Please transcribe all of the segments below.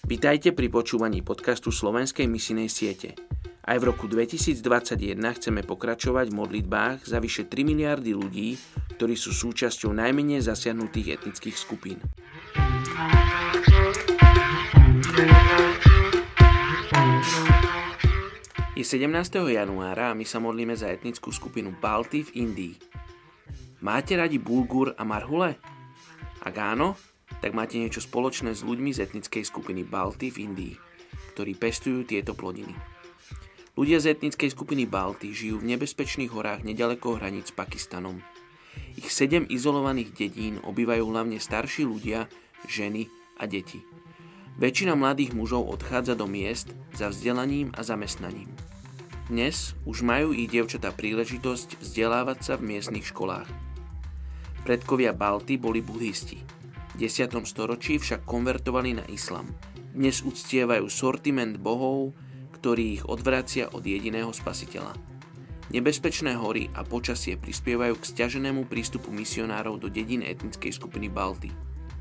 Vitajte pri počúvaní podcastu Slovenskej misijnej siete. Aj v roku 2021 chceme pokračovať v modlitbách za vyše 3 miliardy ľudí, ktorí sú súčasťou najmenej zasiahnutých etnických skupín. Je 17. januára a my sa modlíme za etnickú skupinu Balti v Indii. Máte radi bulgur a marhule? Ak áno, tak máte niečo spoločné s ľuďmi z etnickej skupiny Balti v Indii, ktorí pestujú tieto plodiny. Ľudia z etnickej skupiny Balti žijú v nebezpečných horách nedaleko hraníc s Pakistanom. Ich 7 izolovaných dedín obývajú hlavne starší ľudia, ženy a deti. Väčšina mladých mužov odchádza do miest za vzdelaním a zamestnaním. Dnes už majú ich dievčatá príležitosť vzdelávať sa v miestnych školách. Predkovia Balti boli budhisti. V 10. storočí však konvertovali na islam. Dnes uctievajú sortiment bohov, ktorý ich odvracia od jediného spasiteľa. Nebezpečné hory a počasie prispievajú k sťaženému prístupu misionárov do dedín etnickej skupiny Balti.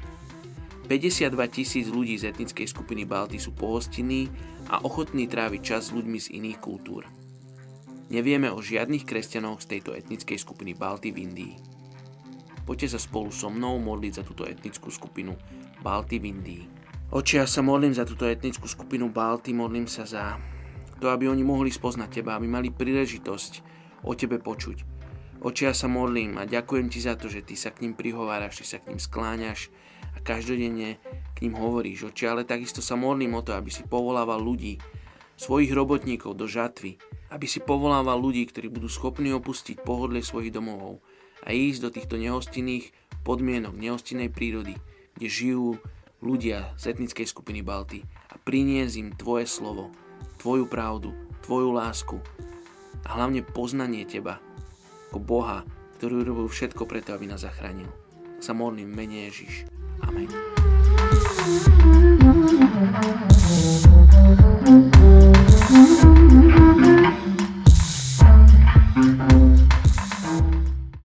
52 000 ľudí z etnickej skupiny Balti sú pohostinní a ochotní tráviť čas s ľuďmi z iných kultúr. Nevieme o žiadnych kresťanoch z tejto etnickej skupiny Balti v Indii. Poďte sa spolu so mnou modliť za túto etnickú skupinu Balti v Indii. Oče, ja sa modlím za túto etnickú skupinu Balti, modlím sa za to, aby oni mohli spoznať Teba, aby mali príležitosť o Tebe počuť. Oče, ja sa modlím a ďakujem Ti za to, že Ty sa k ním prihováraš, Ty sa k ním skláňaš a každodenne k ním hovoríš. Oče, ale takisto sa modlím o to, aby si povolával ľudí, svojich robotníkov do žatvy, aby si povolával ľudí, ktorí budú schopní opustiť pohodlie svojich domovov a ísť do týchto nehostinných podmienok, nehostinnej prírody, kde žijú ľudia z etnickej skupiny Balti a priniesť im Tvoje slovo, Tvoju pravdu, Tvoju lásku a hlavne poznanie Teba ako Boha, ktorý urobil všetko preto, aby nás zachránil. Sa modlím v mene Ježiš. Amen.